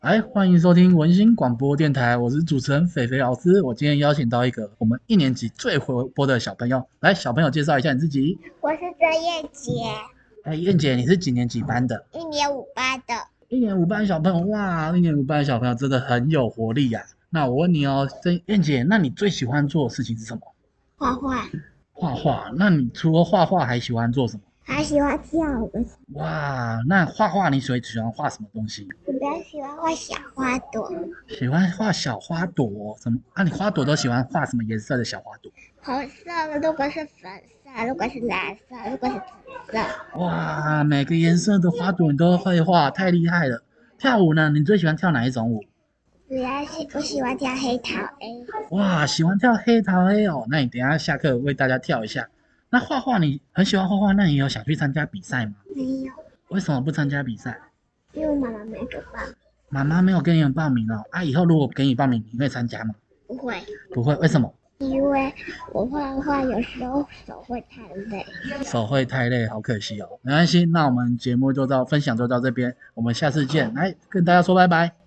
欢迎收听文心广播电台，我是主持人肥肥老师。我今天邀请到一个我们一年级最活泼的小朋友，来，小朋友介绍一下你自己。 我是郑燕杰， 燕姐，你是几年级班的？ 一年五班的。 一年五班小朋友，哇，一年五班的小朋友真的很有活力呀、那我问你哦，燕姐，那你最喜欢做的事情是什么？ 画画， 画画。那你除了画画还喜欢做什么？ 还喜欢跳舞。 哇，那画画你喜欢画什么东西？ 我比较喜欢画小花朵， 喜欢画小花朵，什么？啊，你花朵都喜欢画什么颜色的小花朵？ 红色的，如果是粉色，如果是蓝色，如果是紫色。 哇，每个颜色的花朵你都会画，太厉害了。跳舞呢？你最喜欢跳哪一种舞？ 我喜欢跳黑桃 A。 哇，喜欢跳黑桃 A 哦。那你等一下下课为大家跳一下。那画画你很喜欢画画，那你有想去参加比赛吗？ 没有， 为什么不参加比赛？ 因为妈妈没给报。 妈妈没有给你们报名哦。啊，以后如果给你报名，你会参加吗？ 不会， 不会，为什么？ 因为我画画有时候手会太累。 手会太累，好可惜哦。没关系，那我们节目分享就到这边，我们下次见。来跟大家说拜拜。